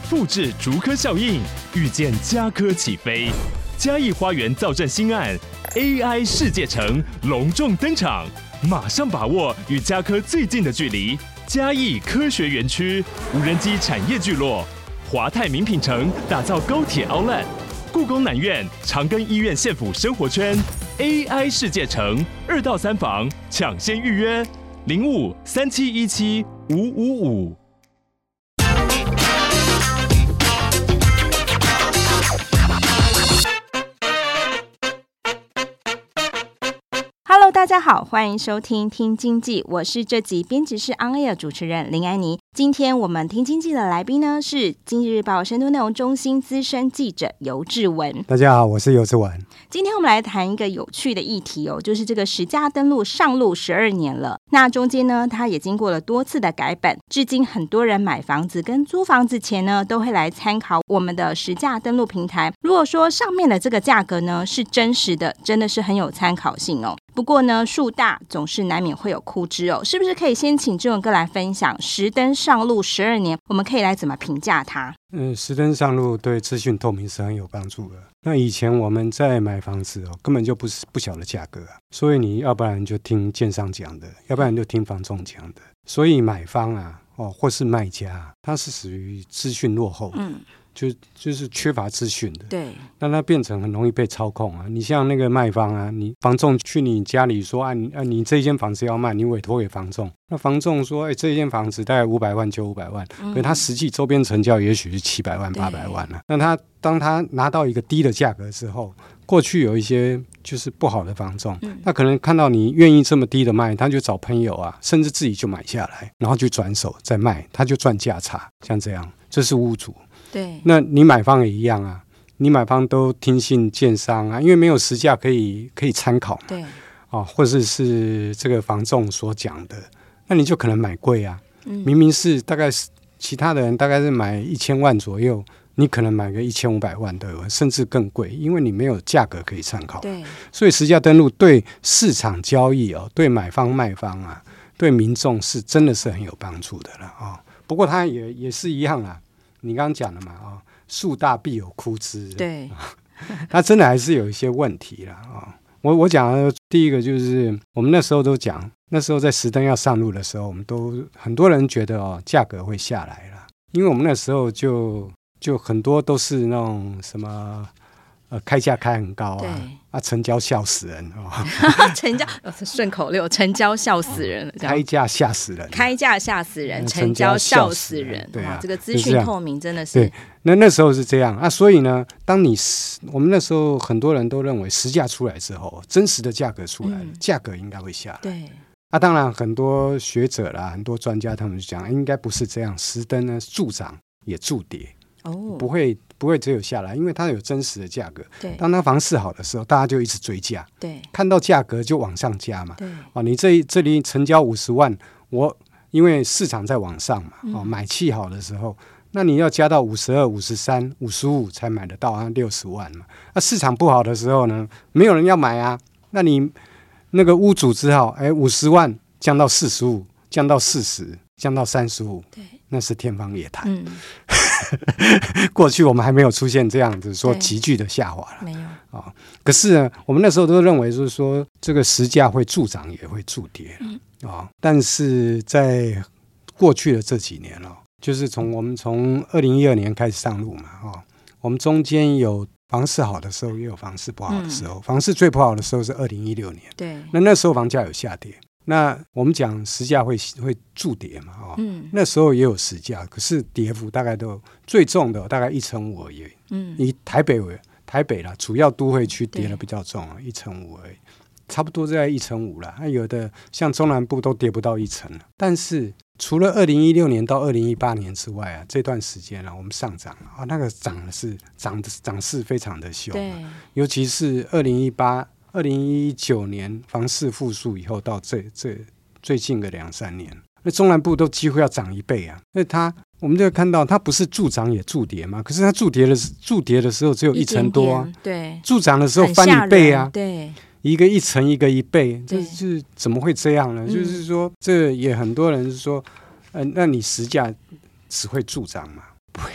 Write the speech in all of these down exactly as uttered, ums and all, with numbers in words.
复制竹科效应，预见家科起飞。嘉义花园造镇新案 A I 世界城隆重登场，马上把握与家科最近的距离。嘉义科学园区无人机产业聚落，华泰名品城打造高铁 Outlet， 故宫南院长庚医院县府生活圈 A I 世界城二到三房抢先预约零五三七一七五五五。 Hello， 大家好，欢迎收听听经济，我是这集编辑室 On Air 主持人林安妮。今天我们听经济的来宾呢是经济日报深度内容中心资深记者游志文。 大家好，我是游志文。 今天我们来谈一个有趣的议题哦，就是这个实价登录上路十二年了，那中间呢它也经过了多次的改版，至今很多人买房子跟租房子前呢都会来参考我们的实价登录平台。如果说上面的这个价格呢是真实的，真的是很有参考性哦。不过呢树大总是难免会有枯枝哦，是不是可以先请志文哥来分享实登上路十二年，我们可以来怎么评价它？ 嗯，实登上路对资讯透明是很有帮助的。那以前我们在买房子哦，根本就不是不晓得价格啊，所以你要不然就听建商讲的，要不然就听房仲讲的。所以买方啊，哦，或是卖家啊，他是属于资讯落后的。嗯，就就是缺乏资讯的， 对， 那它变成很容易被操控啊。你像那个卖方啊，你房仲去你家里说啊，你啊你这间房子要卖，你委托给房仲，那房仲说，哎，这间房子大概五百万就五百万，可是他实际周边成交也许是七百万、八百万了、啊。那他当他拿到一个低的价格之后，过去有一些就是不好的房仲，嗯、那可能看到你愿意这么低的卖，他就找朋友啊，甚至自己就买下来，然后就转手再卖，他就赚价差，像这样，这是屋主。 对， 那你买方也一样啊，你买方都听信建商啊，因为没有实价可以可以参考嘛， 对， 啊，或者是这个房仲所讲的，那你就可能买贵啊。嗯、明明是大概是其他的人大概是买一千万左右，你可能买个一千五百万的，甚至更贵，因为你没有价格可以参考。 对， 所以实价登录对市场交易哦，对买方卖方啊，对民众是真的是很有帮助的了啊、哦。不过它也也是一样啦。你刚刚讲的嘛，哦，树大必有枯枝， 对， 它真的还是有一些问题啦。哦，我我讲的第一个就是我们那时候都讲，那时候在实登要上路的时候，我们都很多人觉得哦价格会下来了，因为我们那时候就就很多都是那种什么呃开价开很高啊，啊成交笑死人哦， 成交顺口溜，成交笑死人， 哦、开价吓死人， 开价吓死人，成交笑死人， 对啊， 这个资讯透明真的是对。那那时候是这样啊，所以呢，当你我们那时候很多人都认为实价出来之后，真实的价格出来了，嗯、价格应该会下来。 对。 啊，当然很多学者啦，很多专家他们就讲，应该不是这样，实登呢助涨也助跌。哦，不会不会只有下来，因为它有真实的价格。 对， 当它房市好的时候，大家就一直追价。 对， 看到价格就往上加嘛。 对， 哦，你这这里成交五十万，我因为市场在往上嘛，哦，嗯、买气好的时候，那你要加到五十二、五十三、五十五才买得到啊，六十万嘛。那市场不好的时候呢，没有人要买啊，那你那个屋主只好哎五十万降到四十五，降到四十，降到三十五，对，那是天方夜谭。嗯。过去我们还没有出现这样子说急剧的下滑了， 没有啊、 哦。可是呢，我们那时候都认为就是说，这个实价会助涨也会助跌，嗯哦、但是在过去的这几年哦，就是从我们从二零一二年开始上路嘛，哦，我们中间有房市好的时候，也有房市不好的时候。嗯、房市最不好的时候是二零一六年，对，那那时候房价有下跌。那我们讲实价会会助跌嘛、哦嗯、那时候也有实价，可是跌幅大概都最重的大概一成五而已。嗯，以台北为台北啦，主要都会区跌的比较重，一成五而已，差不多在一成五啦。那有的像中南部都跌不到一成了。但是除了二零一六年到二零一八年之外啊，这段时间啊，我们上涨啊，那个涨的是涨的涨势非常的凶、啊，尤其是二零一八。二零一九年房市复苏以后，到这这最近的两三年，那中南部都几乎要涨一倍啊！那它我们就看到，它不是助涨也助跌嘛？可是它助跌的助跌的时候只有一成多啊， 对， 助涨的时候翻一倍啊， 对， 一个一成，一个一倍，这是怎么会这样呢？就是说，这也很多人是说，呃，那你实价只会助涨嘛，不会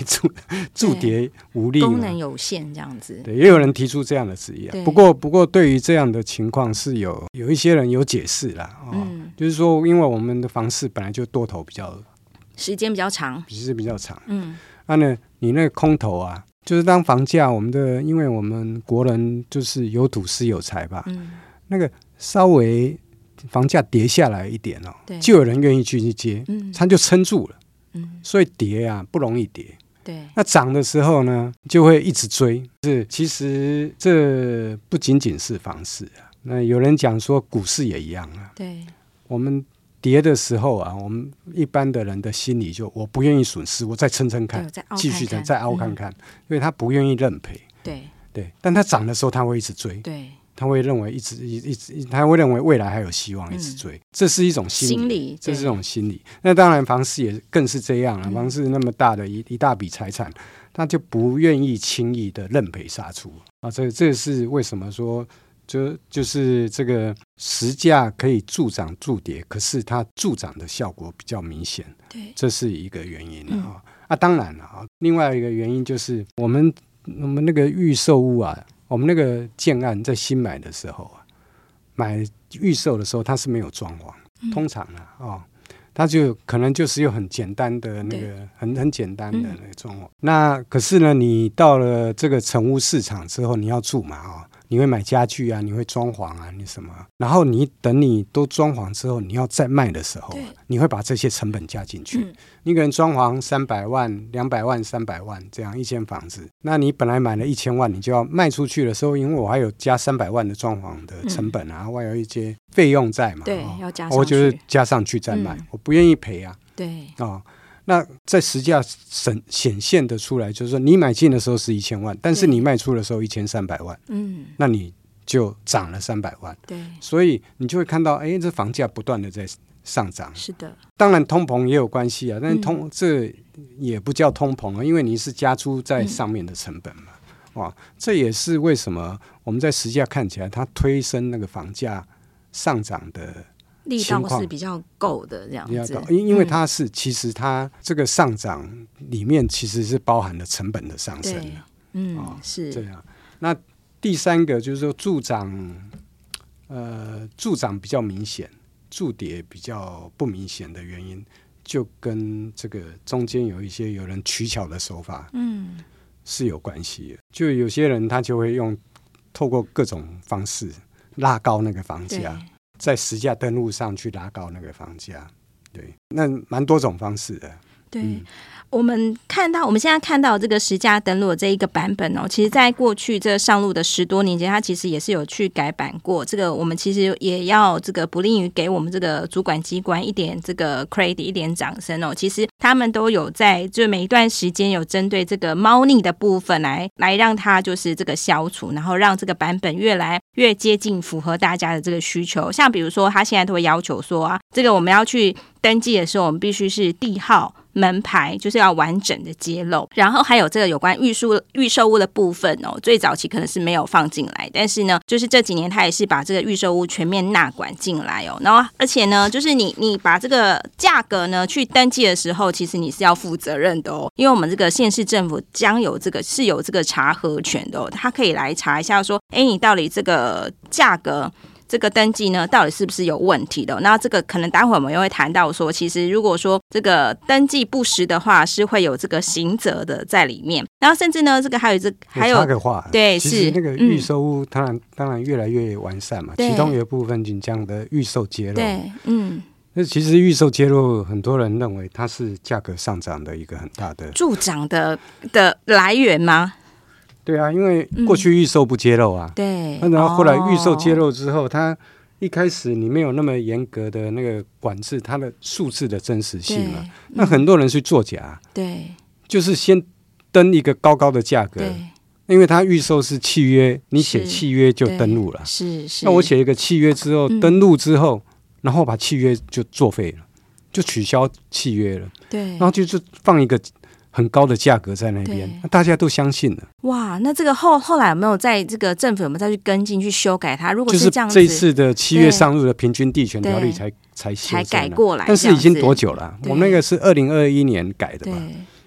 筑筑跌无力嘛， 功能有限这样子。 对，也有人提出这样的质疑、啊。不过，不过对于这样的情况是有有一些人有解释啦、哦嗯，就是说，因为我们的房市本来就多头比较时间比较长， 其实比较长， 嗯， 那、啊、呢，你那个空头啊，就是当房价我们的，因为我们国人就是有土斯有财吧，嗯，那个稍微房价跌下来一点哦，就有人愿意去接，嗯，他就撑住了，嗯，所以跌啊不容易跌。 对， 那涨的时候呢，就会一直追。是，其实这不仅仅是房市啊，那有人讲说股市也一样啊。 对， 我们跌的时候啊，我们一般的人的心理就我不愿意损失，我再撑撑看，继续再再凹看看，嗯，因为他不愿意认赔。 对对，但他涨的时候他会一直追。 对。 他会认为一直一直，他会认为未来还有希望，一直追，嗯，这是一种心理， 心理这是一种心理。那当然，房市也更是这样了。房市那么大的一一大笔财产，他就不愿意轻易的认赔杀出啊。这这是为什么说，就就是这个实价可以助涨助跌，可是它助涨的效果比较明显。 对， 这是一个原因啊。嗯，啊，当然了啊，另外一个原因就是我们我们那个预售屋啊。我们那个建案在新买的时候啊，买预售的时候它是没有装潢，嗯，通常啊，哦，它就可能就是有很简单的那个很很简单的那个装潢，嗯。那可是呢，你到了这个成屋市场之后，你要住嘛，哦，你会买家具啊，你会装潢啊，你什么？然后你等你都装潢之后，你要再卖的时候，你会把这些成本加进去。嗯，你可能装潢三百万、两百万、三百万这样一间房子，那你本来买了一千万，你就要卖出去的时候，因为我还有加三百万的装潢的成本啊，我，嗯，有一些费用在嘛， 对，哦，要加上去， 我就是加上去再卖，嗯，我不愿意赔啊。 对， 哦，那在实价显显现的出来，就是说你买进的时候是一千万，但是你卖出的时候一千三百万，嗯，那你就涨了三百万。 对， 所以你就会看到，哎，这房价不断的在上涨。 是的， 当然通膨也有关系啊，但是通，嗯，这也不叫通膨啊，因为你是加诸在上面的成本嘛。嗯，哇，这也是为什么我们在实价看起来，它推升那个房价上涨的力道是比较够的这样子， 因为它是，嗯，其实它这个上涨里面其实是包含了成本的上升的。 嗯，哦，是这样。那第三个就是说助涨，呃，助涨比较明显，助跌比较不明显的原因，就跟这个中间有一些有人取巧的手法，嗯，是有关系的。就有些人他就会用透过各种方式拉高那个房价，在实价登录上去拉高那个房价，对，那蛮多种方式的。 对，嗯，我们看到我们现在看到这个实价登录的这一个版本哦，其实在过去这上路的十多年间，它其实也是有去改版过。这个我们其实也要这个不吝于给我们这个主管机关一点这个 credit 一点掌声哦。其实他们都有在就每一段时间有针对这个猫腻的部分来来让它就是这个消除，然后让这个版本越来越接近符合大家的这个需求。像比如说他现在都会要求说啊，这个我们要去登记的时候，我们必须是地号门牌，就是要完整的揭露。然后还有这个有关预售预售屋的部分哦，最早期可能是没有放进来，但是呢，就是这几年他也是把这个预售屋全面纳管进来哦。然后而且呢，就是你你把这个价格呢去登记的时候，其实你是要负责任的哦，因为我们这个县市政府将有这个是有这个查核权的哦，他可以来查一下说，哎，你到底这个价格。这个登记呢，到底是不是有问题的？那这个可能待会我们又会谈到说，其实如果说这个登记不实的话，是会有这个刑责的在里面。然后甚至呢，这个还有这还有插个话， 对， 其实那个预售屋当然、嗯、当然越来越完善嘛，其中有一部分就这样的预售揭露， 对，嗯。 那其实预售揭露，很多人认为它是价格上涨的一个很大的助长的的来源吗？ 对啊，因为过去预售不揭露啊， 嗯、对， 然后后来预售揭露之后，哦、它一开始你没有那么严格的那个管制，它的数字的真实性嘛，那很多人去作假， 对， 就是先登一个高高的价格，因为它预售是契约，你写契约就登录了， 是是。 那我写一个契约之后，嗯、登录之后，然后把契约就作废了，就取消契约了， 对， 然后就就放一个。很高的价格在那边，大家都相信了。 哇，那这个后后来有没有在这个政府有没有再去跟进去修改它？如果是这样子， 就是这一次的七月上路的平均地权条例才才才改过来， 但是已经多久了、啊？我们那个是二零二一年改的嘛，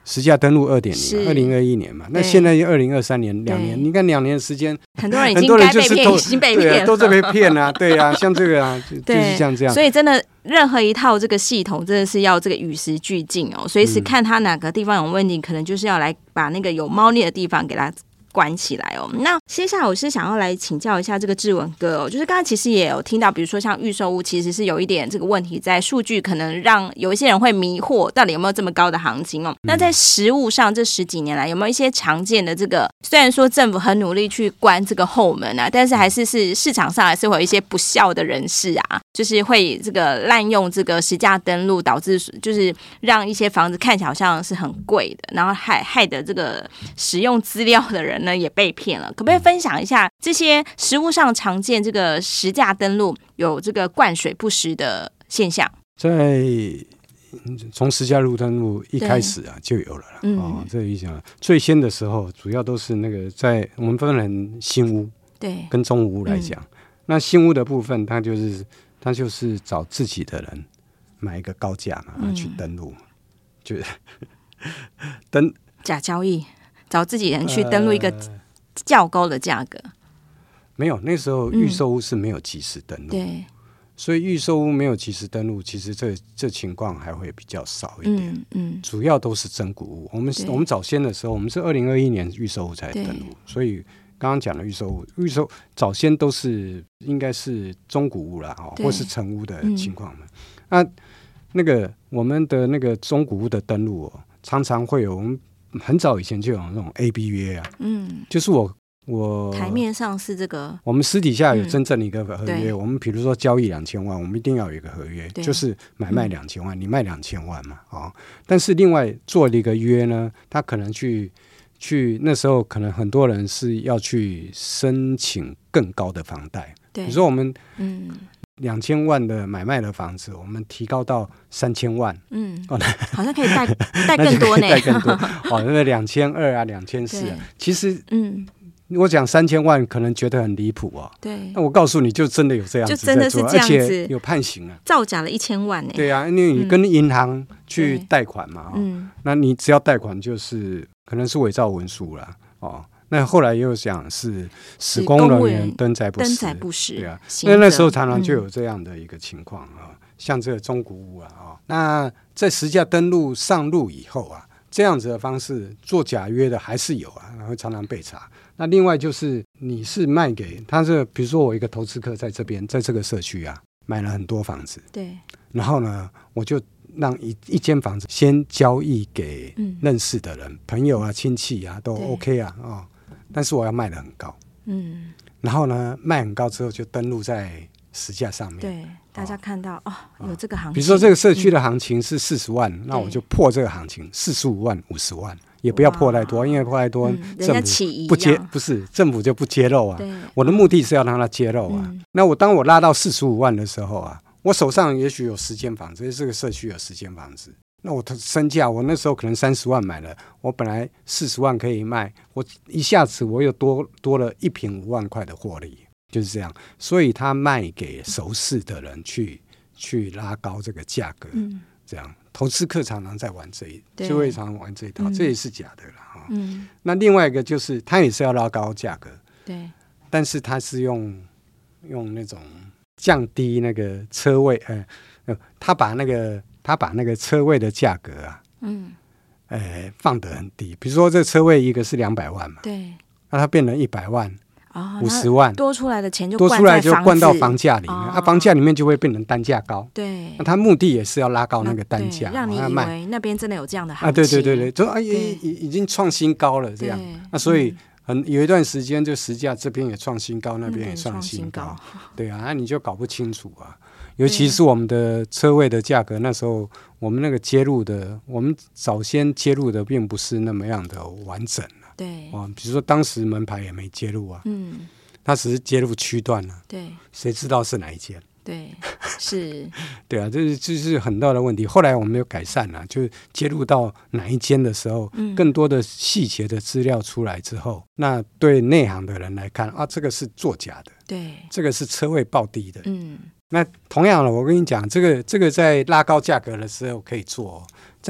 实价登录 二点零， 二零二一年嘛，那现在二零二三年两年，你看两年的时间， 很多人已经该被骗，已经被骗了， 都在被骗啊，对啊，像这个啊，就, 就是像这样。 所以真的任何一套这个系统真的是要这个与时俱进哦，随时看它哪个地方有问题，嗯、可能就是要来把那个有猫腻的地方给它关起来哦。那接下来我是想要来请教一下这个志文哥哦，就是刚才其实也有听到，比如说像预售屋其实是有一点这个问题在，数据可能让有一些人会迷惑，到底有没有这么高的行情哦？那在实务上这十几年来有没有一些常见的这个，虽然说政府很努力去关这个后门啊，但是还是是市场上还是会有一些不肖的人士啊，就是会这个滥用这个实价登录，导致就是让一些房子看起来好像是很贵的，然后害害得这个使用资料的人呢也被骗了。可不可以分享一下这些实务上常见这个实价登录有这个灌水不实的现象？ 在从实价登录一开始啊就有了啦、嗯哦、这一讲最先的时候主要都是那个在我们分成新屋对跟中屋来讲、嗯、那新屋的部分它就是它就是找自己的人买一个高价嘛、嗯、去登录，就是登假交易，找自己人去登录一个较高的价格、呃、 没有，那时候预售屋是没有即时登录、嗯、对，所以预售屋没有即时登录，其实这这情况还会比较少一点。嗯嗯，主要都是真古屋。我们我们早先的时候，我们是二零二一年预售屋才登录，所以刚刚讲的预售屋，预售早先都是应该是中古屋啦，或是成屋的情况嘛。那、嗯啊、那个我们的那个中古屋的登录哦，常常会有我们很早以前就有那种 A B 约啊，嗯，就是我。我台面上是这个， 我们私底下有真正的一个合约、嗯、我们比如说交易两千万，我们一定要有一个合约，就是买卖两千万、嗯、你卖两千万嘛、哦、但是另外做了一个约呢，他可能去去那时候可能很多人是要去申请更高的房贷，比如说我们嗯两千万的买卖的房子，我们提高到三千万，嗯，哦， 好像可以贷贷更多呢， 贷更多，哦，那个两千二啊，两千四啊，其实，嗯。我讲三千万可能觉得很离谱哦，对，那我告诉你就真的有这样子在做，就真的是这样子，而且有判刑啊， 造假了一千万呢。 对啊，因为你跟银行去贷款嘛、嗯哦、那你只要贷款就是可能是伪造文书啦哦。那后来又讲是施工人员登载不实，登载不实，对啊，那那时候常常就有这样的一个情况啊、嗯，像这个中古屋啊、哦，那在实价登录上路以后啊，这样子的方式做假约的还是有啊，然后常常被查。那另外就是你是卖给他是，比如说我一个投资客在这边，在这个社区啊买了很多房子，对，然后呢我就让一一间房子先交易给认识的人、嗯、朋友啊亲戚啊都 OK 啊、哦、但是我要卖得很高，嗯，然后呢卖很高之后就登录在实价上面， 对，大家看到 哦, 哦有这个行情， 比如说这个社区的行情是四十万、嗯、那我就破这个行情四十五万五十万，也不要破太多，因为破太多、嗯、政府不揭，不是政府就不揭露啊。我的目的是要让它揭露啊、嗯。那我当我拉到四十五万的时候啊，我手上也许有十间房子，这个社区有十间房子，那我的身价我那时候可能三十万买了，我本来四十万可以卖，我一下子我又多多了一平五万块的获利，就是这样。所以他卖给熟识的人去去拉高这个价格，嗯，这样。投资客常常在玩这一，就会常常玩这一套、嗯、这也是假的啦、哦嗯、那另外一个就是他也是要拉高价格，对，但是他是用用那种降低那个车位，呃，他把那个他把那个车位的价格啊，嗯，呃，放得很低，比如说这个车位一个是两百万嘛，对，那他变成一百万。五十、哦、万多出来的钱就多出来就灌到房价里面、哦、啊，房价里面就会变成单价高，对，那他目的也是要拉高那个单价， 让你以为那边真的有这样的行情啊，对对对对，就啊已已经创新高了这样，那所以很有一段时间就实价这边也创新高，那边也创新高，嗯、对啊，那你就搞不清楚啊，尤其是我们的车位的价格，那时候我们那个揭露的，我们早先揭露的并不是那么样的完整。对、哦、比如说当时门牌也没揭露啊，嗯，他只是揭露区段啊，对，谁知道是哪一间？ 对，是， 对啊，这是这是很大的问题。后来我们有改善了、啊，就是揭露到哪一间的时候、嗯，更多的细节的资料出来之后，那对内行的人来看啊，这个是作假的，对，这个是车位报低的，嗯，那同样的，我跟你讲，这个这个在拉高价格的时候可以做、哦，这样。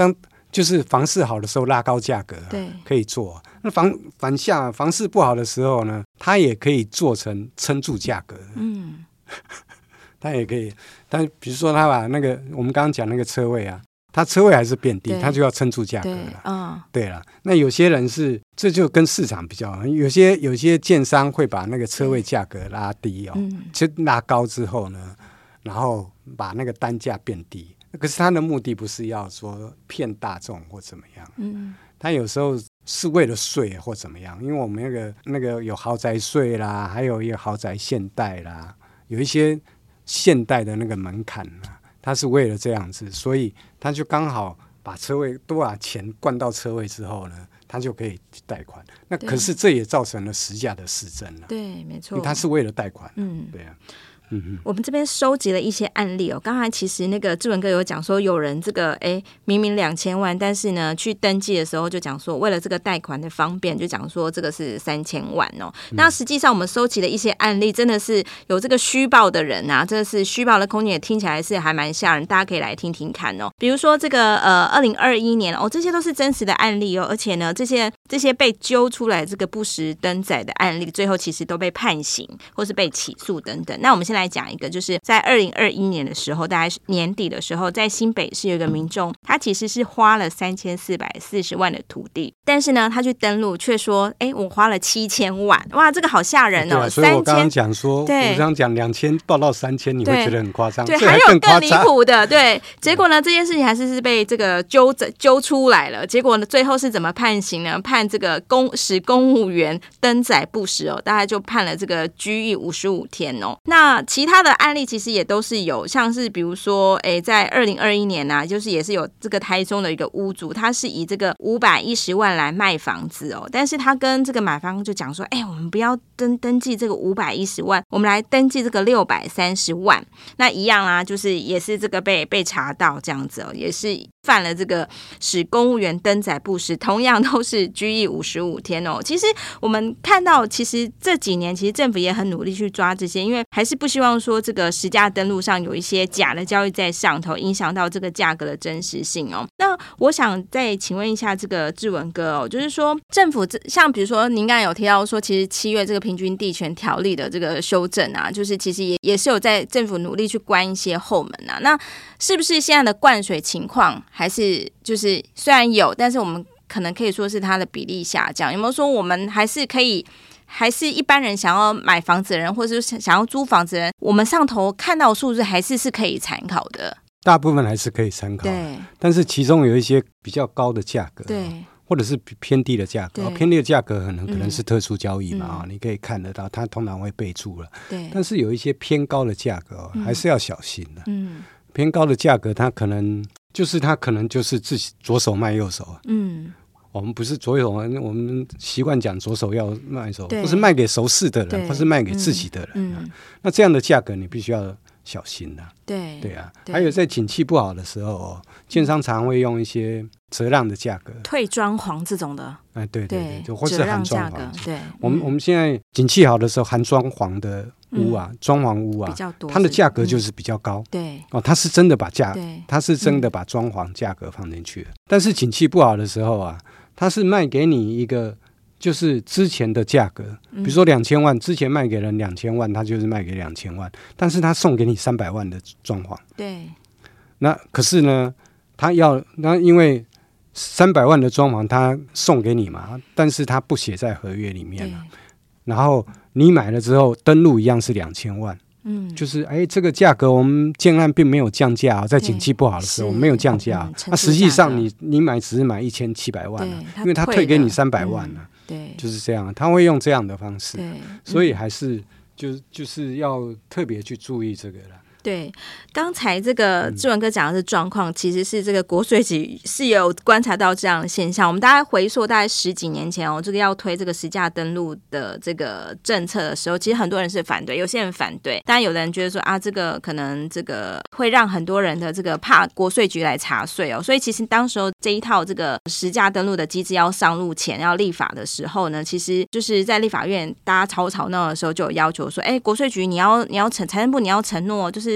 就是房市好的时候拉高价格、啊， 对， 可以做。那房反下房市不好的时候呢，它也可以做成撑住价格。嗯，它也可以，但比如说它把那个我们刚刚讲那个车位啊，它车位还是变低，它就要撑住价格了。嗯，对了，那有些人是这就跟市场比较，有些有些建商会把那个车位价格拉低哦，嗯，就拉高之后呢，然后把那个单价变低。可是他的目的不是要说骗大众或怎么样，嗯，他有时候是为了税或怎么样，因为我们那个那个有豪宅税啦，还有一个豪宅限贷啦，有一些限贷的那个门槛啦，他是为了这样子，所以他就刚好把车位都把钱灌到车位之后呢，他就可以贷款。那可是这也造成了实价的失真了， 对，没错， 因为他是为了贷款， 嗯， 对啊。嗯、 我们这边收集了一些案例哦。刚才其实那个志文哥有讲说，有人这个哎明明两千万，但是呢去登记的时候就讲说，为了这个贷款的方便，就讲说这个是三千万哦。嗯、那实际上我们收集的一些案例，真的是有这个虚报的人啊，真的是虚报的空间也听起来是还蛮吓人，大家可以来听听看哦。比如说这个呃二零二一年哦，这些都是真实的案例哦，而且呢这些这些被揪出来这个不实登载的案例，最后其实都被判刑或是被起诉等等。那我们先来讲一个，就是在二零二一年的时候，大概年底的时候，在新北市有一个民众，他其实是花了三千四百四十万的土地，但是呢，他去登录却说，哎，我花了七千万，哇，这个好吓人哦！ 对啊、所以我刚刚讲说，我刚刚讲两千报到三千，你会觉得很夸张， 对，还有更离谱的，对。结果呢，这件事情还是是被这个揪揪出来了。结果呢，最后是怎么判刑呢？判这个公使公务员登载不实哦，大概就判了这个拘役五十五天哦。那其他的案例其实也都是有，像是比如说，哎，在二零二一年啊，就是也是有这个台中的一个屋主，他是以这个五百一十万来卖房子哦，但是他跟这个买方就讲说，哎，我们不要登登记这个五百一十万，我们来登记这个六百三十万。那一样啊，就是也是这个被被查到这样子哦，也是犯了这个使公务员登载不实，同样都是拘役五十五天哦。其实我们看到，其实这几年其实政府也很努力去抓这些，因为还是不希望说这个实价登录上有一些假的交易在上头，影响到这个价格的真实性哦。那我想再请问一下这个志文哥哦，就是说政府像比如说您刚才有提到说，其实七月这个平均地权条例的这个修正啊，就是其实也也是有在政府努力去关一些后门啊。那是不是现在的灌水情况还是就是虽然有，但是我们可能可以说是它的比例下降？有没有说我们还是可以？还是一般人想要买房子的人，或者是想要租房子的人，我们上头看到的数字还是是可以参考的。 大部分还是可以参考，对。但是其中有一些比较高的价格， 对， 或者是偏低的价格，偏低的价格可能可能是特殊交易嘛，啊、嗯，你可以看得到，它通常会备注了。 对。 但是有一些偏高的价格、嗯，还是要小心的。 嗯。 偏高的价格，它可能就是它可能就是自己左手卖右手。嗯。我们不是左手，我们习惯讲左手要卖手，或是卖给熟识的人，或是卖给自己的人、啊嗯嗯。那这样的价格你必须要小心的、啊。 对对啊对，还有在景气不好的时候、哦，建商常会用一些折让的价格， 退装潢这种的。 哎，对对对，或是含装潢。 对， 我们、嗯、我们现在景气好的时候，含装潢的屋啊，装、嗯、潢屋啊比较多， 它的价格就是比较高。 对、 嗯、哦，它是真的把价，它是真的把装潢价格放进去了、嗯。但是景气不好的时候啊。他是卖给你一个就是之前的价格，比如说两千万，之前卖给人两千万，他就是卖给两千万，但是他送给你三百万的装潢。 对。 那可是呢，他要那因为三百万的装潢他送给你嘛，但是他不写在合约里面了。然后你买了之后登录一样是两千万。嗯，就是哎，这个价格我们建案并没有降价、哦，在景气不好的时候没有降价、哦，那、嗯啊、实际上你你买只是买一千七百万、啊，因为他退给你三百万了、啊嗯，对， 就是这样，他会用这样的方式，对，所以还是就就是要特别去注意这个啦。 对，刚才这个志文哥讲的是状况、嗯，其实是这个国税局是有观察到这样的现象。我们大概回溯大概十几年前哦，这个要推这个实价登录的这个政策的时候，其实很多人是反对，有些人反对，当然有的人觉得说啊，这个可能这个会让很多人的这个怕国税局来查税哦，所以其实当时候这一套这个实价登录的机制要上路前要立法的时候呢，其实就是在立法院大家吵吵闹的时候就有要求说，哎，国税局你要你要承财政部你要承诺就是。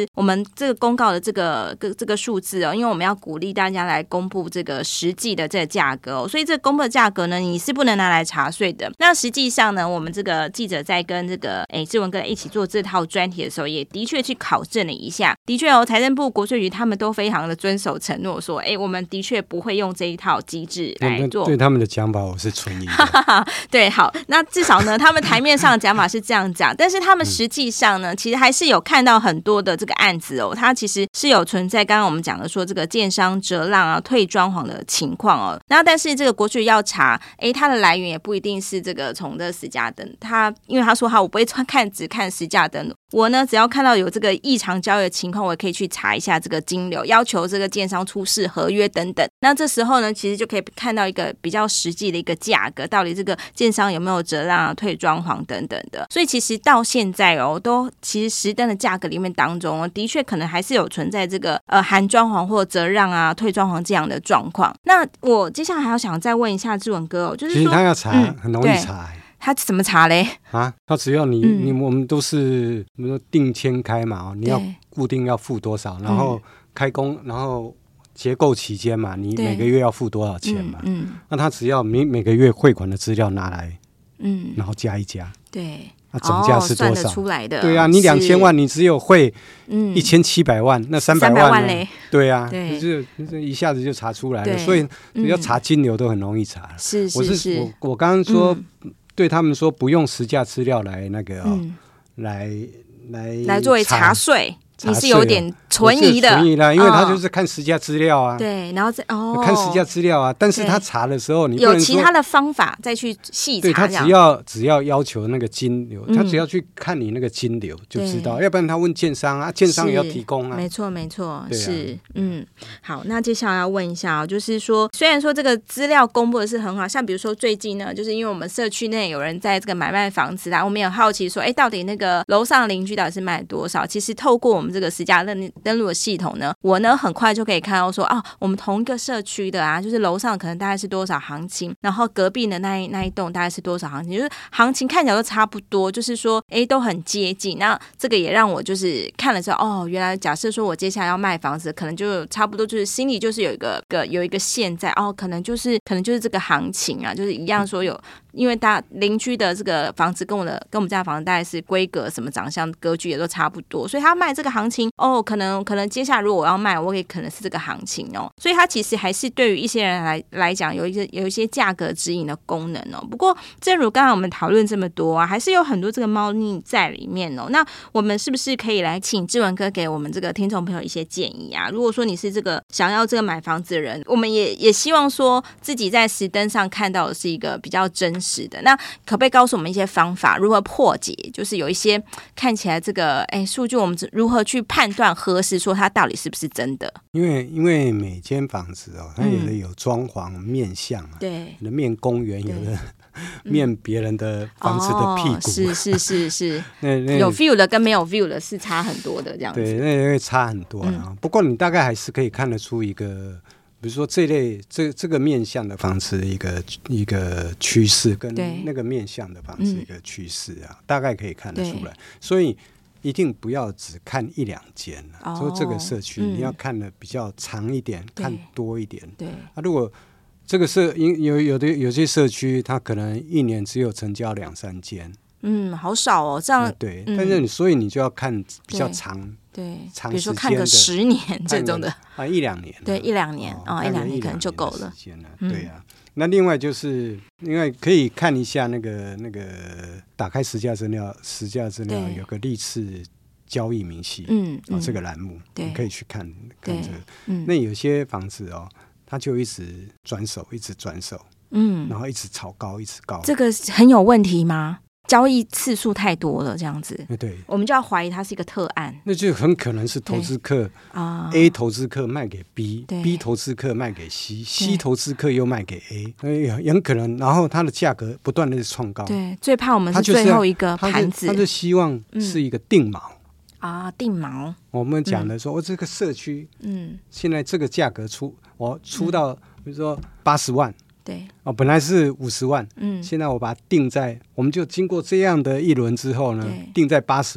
就是我们这个公告的这个这个数字哦，因为我们要鼓励大家来公布这个实际的这个价格哦，所以这个公布的价格呢，你是不能拿来查税的。那实际上呢，我们这个记者在跟这个诶志文哥一起做这套专题的时候，也的确去考证了一下，的确哦，财政部、国税局他们都非常的遵守承诺，说诶我们的确不会用这一套机制来做。 对他们的讲法，我是存疑的。 对，好，那至少呢，他们台面上的讲法是这样讲，但是他们实际上呢，其实还是有看到很多的这个案子哦，它其实是有存在刚刚我们讲的说这个建商折让啊、退装潢的情况哦。那但是这个国税要查，哎，它的来源也不一定是这个从这实价登，他因为他说哈，我不会看只看实价登，我呢只要看到有这个异常交易的情况，我也可以去查一下这个金流，要求这个建商出示合约等等。那这时候呢，其实就可以看到一个比较实际的一个价格，到底这个建商有没有折让啊、退装潢等等的。所以其实到现在哦，都其实实登的价格里面当中、哦，的确可能还是有存在这个呃含装潢或折让啊、退装潢这样的状况。那我接下来还要想再问一下志文哥哦，就是说， 其实他要查、嗯、很容易查。 他怎么查嘞？ 啊，他只要你、嗯、你我们都是比如说定签开嘛，你要固定要付多少，然后开工，然后结构期间嘛，你每个月要付多少钱嘛？嗯，嗯那他只要每每个月汇款的资料拿来，嗯，然后加一加， 对， 那总价是多少？ 哦、算得出来的。 对啊，你两千万，你只有汇一千七百万，那三百万呢？ 万嘞？ 对啊，对，就是一下子就查出来了。所以要查金流都很容易查。 是是是，我是我我刚刚说。嗯对他们说不用实价资料来那个、哦嗯、来来来作为查税，你是有点存疑的， 存疑啦，因为他就是看实价资料啊， 对，然后再哦看实价资料啊，但是他查的时候你不能有其他的方法再去细查， 对他只要只要要求那个金流，嗯、他只要去看你那个金流就知道，要不然他问建商啊，建商也要提供啊， 没错没错，啊、是嗯好，那接下来要问一下、哦，就是说虽然说这个资料公布的是很好，像比如说最近呢，就是因为我们社区内有人在这个买卖房子啦，我们也好奇说，哎，到底那个楼上邻居到底是卖多少？其实透过我们这个实价登登录的系统呢，我呢很快就可以看到说，哦，我们同一个社区的啊，就是楼上可能大概是多少行情，然后隔壁的那一那一栋大概是多少行情，就是行情看起来都差不多，就是说，哎，都很接近。那这个也让我就是看了之后，哦，原来假设说我接下来要卖房子，可能就差不多就是心里就是有一个个有一个线在，哦，可能就是可能就是这个行情啊，就是一样说有。因为大邻居的这个房子跟我的跟我们家的房子大概是规格什么长相格局也都差不多，所以他卖这个行情哦，可能可能接下来如果我要卖，我也可能是这个行情哦，所以它其实还是对于一些人来来讲有一些有一些价格指引的功能哦。不过正如刚才我们讨论这么多啊，还是有很多这个猫腻在里面哦。那我们是不是可以来请志文哥给我们这个听众朋友一些建议啊？如果说你是这个想要这个买房子的人，我们也也希望说自己在实登上看到的是一个比较真是的，那可不可以告诉我们一些方法，如何破解？就是有一些看起来这个哎数据，我们如何去判断核实说它到底是不是真的？ 因为因为每间房子哦，它有的有装潢、嗯、面向啊， 对， 有的面公园，有的面别人的房子的屁股， 哦、是是是是那那有 view 的跟没有 view 的是差很多的这样子， 对，那会差很多啦、嗯。不过你大概还是可以看得出一个。比如说这类这这个面向的房子的一个一个趋势，跟那个面向的房子一个趋势啊、嗯，大概可以看得出来。所以一定不要只看一两间啊，说、哦、这个社区、嗯、你要看的比较长一点，看多一点。 对， 啊，如果这个社有有的有些社区，它可能一年只有成交两三间。 嗯，好少哦，这样、 嗯、对、嗯。但是你所以你就要看比较长。 对， 长比如说看个十年这种的啊，一两年， 对，一两年哦，哦一两年可能就够了。 嗯、对啊，那另外就是另外可以看一下那个那个打开实价资料，实价资料有个历次交易明细，嗯，哦、这个栏目你可以去看看这个。嗯、那有些房子哦，它就一直转手，一直转手，嗯，然后一直炒高，一直高， 这个很有问题吗？交易次数太多了，这样子， 对， 我们就要怀疑它是一个特案， 那就很可能是投资客啊 ，A 投资客卖给 B，B 投资客卖给 C，C 投资客又卖给 A， 也很可能，然后它的价格不断的创高。 对，最怕我们是最后一个盘子， 他就希望是一个定锚、 嗯、啊，定锚。 我们讲的说，我、嗯哦、这个社区，嗯，现在这个价格出，我出到、嗯、比如说八十万。 对哦，本来是五十万，嗯，现在我把它定在，我们就经过这样的一轮之后呢，定在八十万，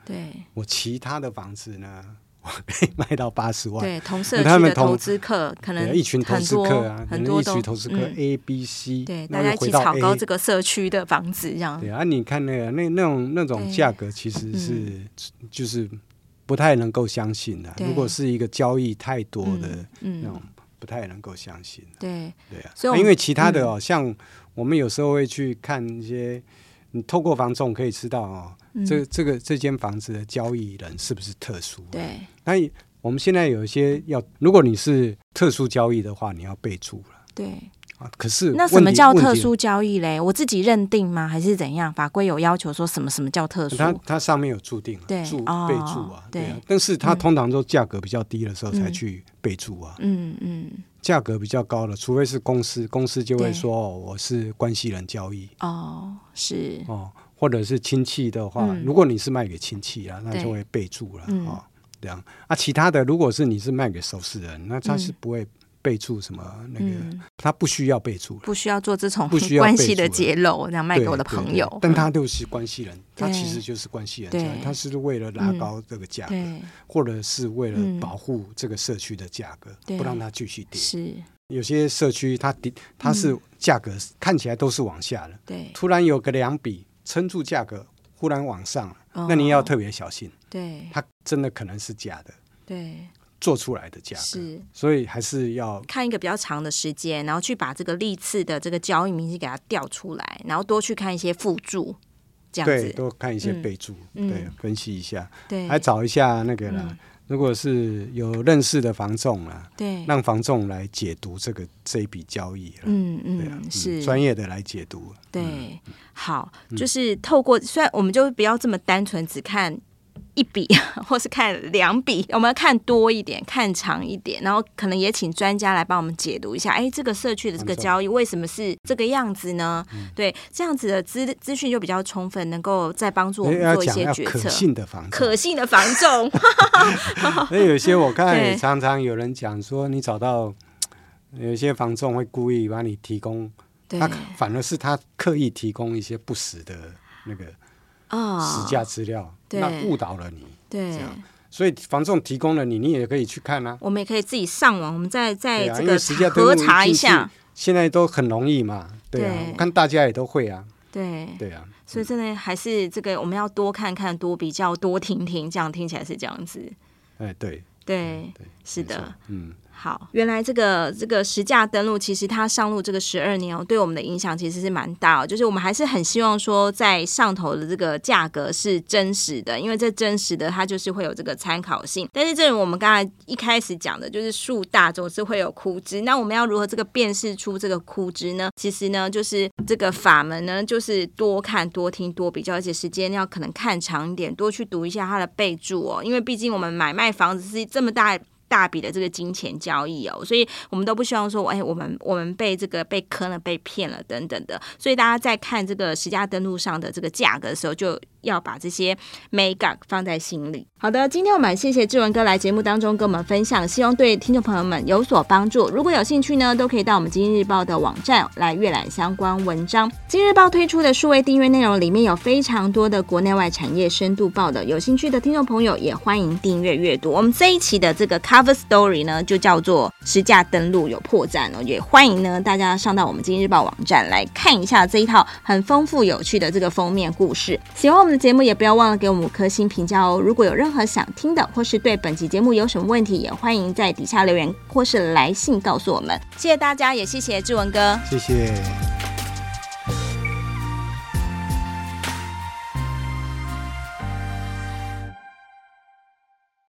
对， 我其他的房子呢，我可以卖到八十万。 对，同社区的投资客可能一群投资客啊， 很多一群投资客 A、B、C， 对，大家一起炒高这个社区的房子，这样。 对啊，你看那个那那种那种价格，其实是、嗯、就是不太能够相信的。如果是一个交易太多的、嗯嗯、那种，不太能够相信。 对对啊，所以、啊、因为其他的哦、嗯，像我们有时候会去看一些，你透过房仲可以知道哦。嗯、这这个这间房子的交易人是不是特殊？ 对， 那我们现在有一些要，如果你是特殊交易的话，你要备注了。 对啊，可是那什么叫特殊交易嘞？我自己认定吗？还是怎样？法规有要求说什么什么叫特殊？ 它它上面有注定， 对， 注、 哦、 备注啊， 对, 对啊。但是它通常都价格比较低的时候才去备注啊。 嗯嗯。 价格比较高的，除非是公司，公司就会说、哦、我是关系人交易。 哦，是哦。或者是亲戚的话、嗯，如果你是卖给亲戚啊，那就会备注了、嗯、哦，这样啊。其他的，如果是你是卖给熟识人，那他是不会备注什么那个，嗯、他不需要备注， 不需要做这种关系的揭露，这样卖给我的朋友。 对对对，但他就是关系人，他其实就是关系人，他是为了拉高这个价格、嗯，或者是为了保护这个社区的价格，嗯、不让它继续跌。 是有些社区它它是价格、嗯、看起来都是往下的， 对， 突然有个两笔。撑住价格忽然往上了、哦、那你要特别小心， 对， 它真的可能是假的， 对， 做出来的价格， 是， 所以还是要看一个比较长的时间，然后去把这个历次的这个交易明细给它调出来，然后多去看一些附注，这样子， 对，多看一些备注、嗯，对，分析一下， 对， 还找一下那个啦。嗯，如果是有认识的房仲啦， 对， 让房仲来解读这个这一笔交易， 嗯嗯， 对啊， 是专业的来解读， 对， 嗯、 好，就是透过，虽然我们就不要这么单纯只看一笔或是看两笔，我们要看多一点，看长一点，然后可能也请专家来帮我们解读一下，哎，这个社区的这个交易为什么是这个样子呢？嗯、对，这样子的资资讯就比较充分，能够再帮助我们做一些决策。 可信的房仲， 可信的房仲。 所以有些我看常常有人讲说，你找到有些房仲会故意把你提供，他反而是他刻意提供一些不实的那个。哦、实价资料，那误导了你， 对， 这样，所以房仲提供了你，你也可以去看啊。 我们也可以自己上网，我们再再这个核查一下。 现在都很容易嘛，对啊，对，我看大家也都会啊。 对对啊， 所以真的还是这个，我们要多看看、多比较、多听听，这样听起来是这样子。 哎，对对对，是的， 嗯。 好，原来这个这个实价登录，其实它上路这个十二年哦，对我们的影响其实是蛮大哦。就是我们还是很希望说，在上头的这个价格是真实的，因为这真实的它就是会有这个参考性。但是正如我们刚才一开始讲的，就是树大总是会有枯枝。那我们要如何这个辨识出这个枯枝呢？其实呢，就是这个法门呢，就是多看、多听、多比较，而且时间要可能看长一点，多去读一下它的备注哦。因为毕竟我们买卖房子是这么大。大笔的这个金钱交易哦，所以我们都不希望说，哎，我们我们被这个被坑了、被骗了等等的。所以大家在看这个实价登录上的这个价格的时候，就要把这些美感放在心里。好的，今天我们谢谢志文哥来节目当中跟我们分享，希望对听众朋友们有所帮助。如果有兴趣呢，都可以到我们今日日报的网站来阅览相关文章。今日报推出的数位订阅内容里面有非常多的国内外产业深度报道，有兴趣的听众朋友也欢迎订阅阅读。我们这一期的这个 cover story 呢，就叫做实价登录有破绽哦，也欢迎呢大家上到我们今日报网站来看一下这一套很丰富有趣的这个封面故事。喜欢我们的节目也不要忘了给我们五颗星评价哦。如果有任何想听的，或是对本期节目有什么问题，也欢迎在底下留言或是来信告诉我们。谢谢大家，也谢谢志文哥， 谢谢。